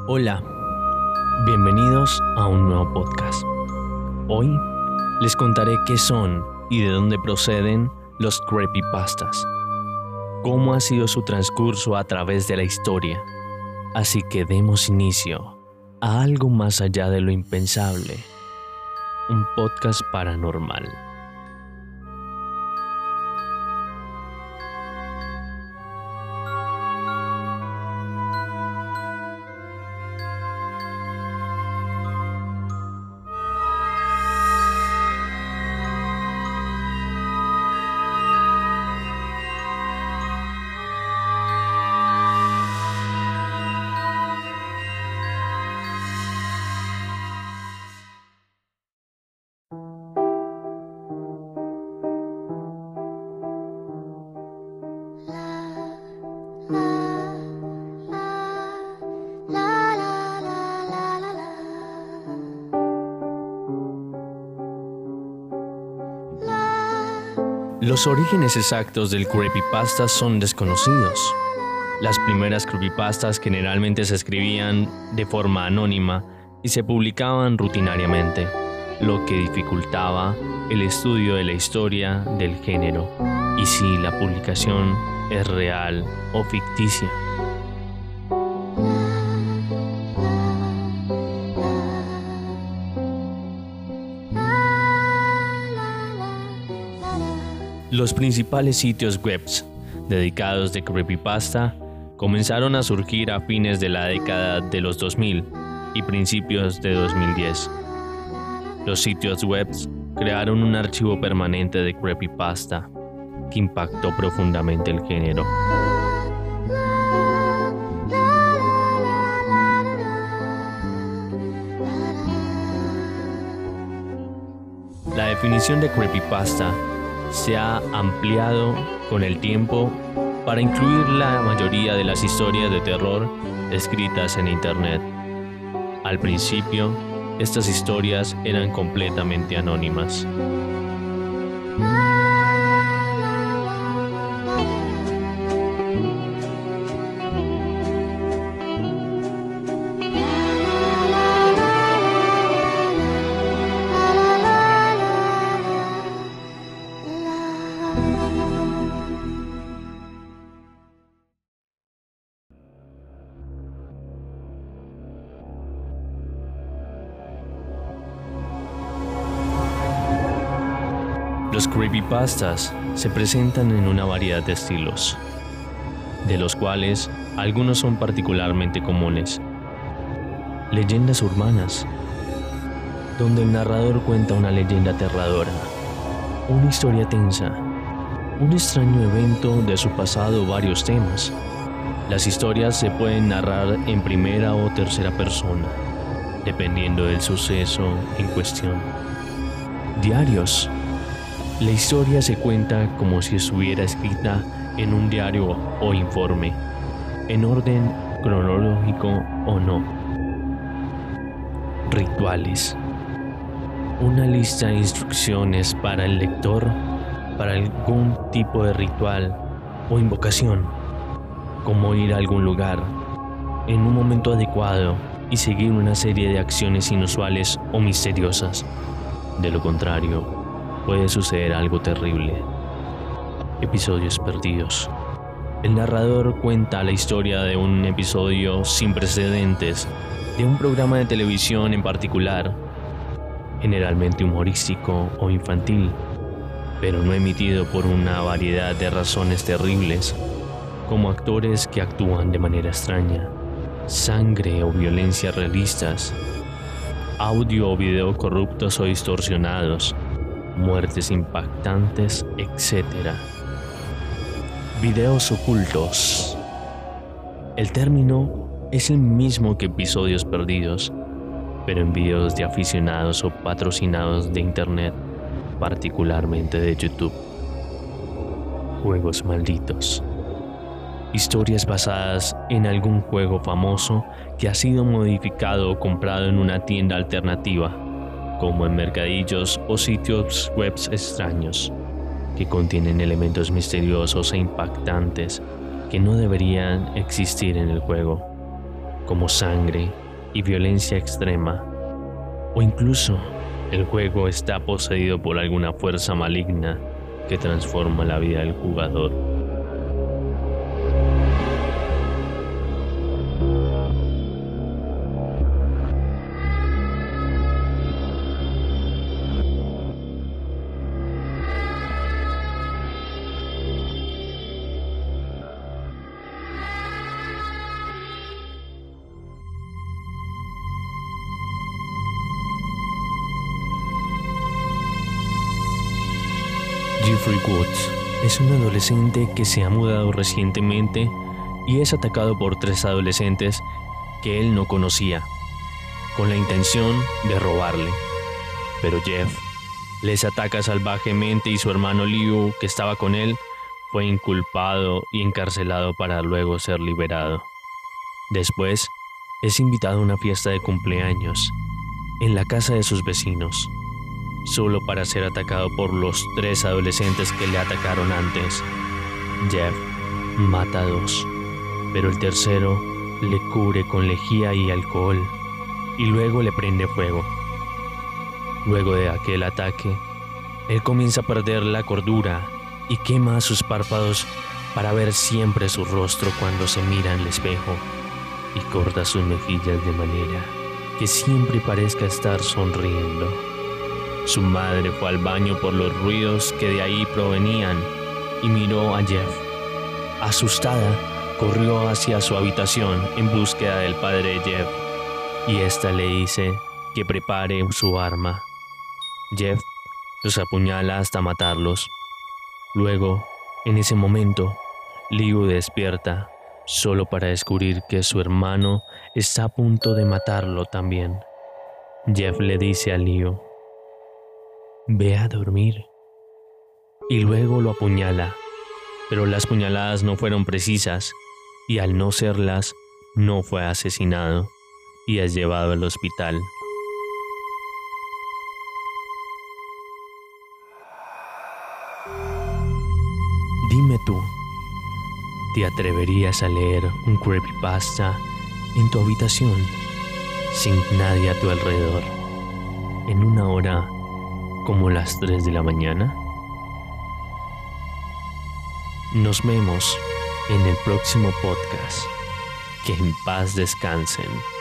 Hola, bienvenidos a un nuevo podcast. Hoy les contaré qué son y de dónde proceden los creepypastas, cómo ha sido su transcurso a través de la historia. Así que demos inicio a algo más allá de lo impensable, un podcast paranormal. Los orígenes exactos del creepypasta son desconocidos. Las primeras creepypastas generalmente se escribían de forma anónima y se publicaban rutinariamente, lo que dificultaba el estudio de la historia del género y si la publicación es real o ficticia. Los principales sitios web dedicados de creepypasta comenzaron a surgir a fines de la década de los 2000 y principios de 2010. Los sitios web crearon un archivo permanente de creepypasta que impactó profundamente el género. La definición de creepypasta se ha ampliado con el tiempo para incluir la mayoría de las historias de terror escritas en Internet. Al principio, estas historias eran completamente anónimas. Los creepypastas se presentan en una variedad de estilos, de los cuales algunos son particularmente comunes. Leyendas urbanas, donde el narrador cuenta una leyenda aterradora, una historia tensa, un extraño evento de su pasado o varios temas. Las historias se pueden narrar en primera o tercera persona, dependiendo del suceso en cuestión. Diarios. La historia se cuenta como si estuviera escrita en un diario o informe, en orden cronológico o no. Rituales. Una lista de instrucciones para el lector para algún tipo de ritual o invocación, como ir a algún lugar en un momento adecuado y seguir una serie de acciones inusuales o misteriosas. De lo contrario, puede suceder algo terrible. Episodios perdidos. El narrador cuenta la historia de un episodio sin precedentes, de un programa de televisión en particular, generalmente humorístico o infantil, pero no emitido por una variedad de razones terribles, como actores que actúan de manera extraña, sangre o violencia realistas, audio o video corruptos o distorsionados, muertes impactantes, etc. Videos ocultos. El término es el mismo que episodios perdidos, pero en videos de aficionados o patrocinados de Internet, particularmente de YouTube. Juegos malditos. Historias basadas en algún juego famoso que ha sido modificado o comprado en una tienda alternativa, como en mercadillos o sitios web extraños, que contienen elementos misteriosos e impactantes que no deberían existir en el juego, como sangre y violencia extrema, o incluso el juego está poseído por alguna fuerza maligna que transforma la vida del jugador. Jeffrey Woods es un adolescente que se ha mudado recientemente y es atacado por 3 adolescentes que él no conocía, con la intención de robarle. Pero Jeff les ataca salvajemente y su hermano Liu, que estaba con él, fue inculpado y encarcelado para luego ser liberado. Después, es invitado a una fiesta de cumpleaños en la casa de sus vecinos, solo para ser atacado por los 3 adolescentes que le atacaron antes. Jeff mata a 2, pero el tercero le cubre con lejía y alcohol y luego le prende fuego. Luego de aquel ataque, él comienza a perder la cordura y quema sus párpados para ver siempre su rostro cuando se mira en el espejo, y corta sus mejillas de manera que siempre parezca estar sonriendo. Su madre fue al baño por los ruidos que de ahí provenían y miró a Jeff. Asustada, corrió hacia su habitación en búsqueda del padre de Jeff, y ésta le dice que prepare su arma. Jeff los apuñala hasta matarlos. Luego, en ese momento, Liu despierta solo para descubrir que su hermano está a punto de matarlo también. Jeff le dice a Liu: «Ve a dormir», y luego lo apuñala, pero las puñaladas no fueron precisas y al no serlas, no fue asesinado y es llevado al hospital. Dime tú, ¿te atreverías a leer un creepypasta en tu habitación sin nadie a tu alrededor en una hora como las 3 de la mañana? Nos vemos en el próximo podcast. Que en paz descansen.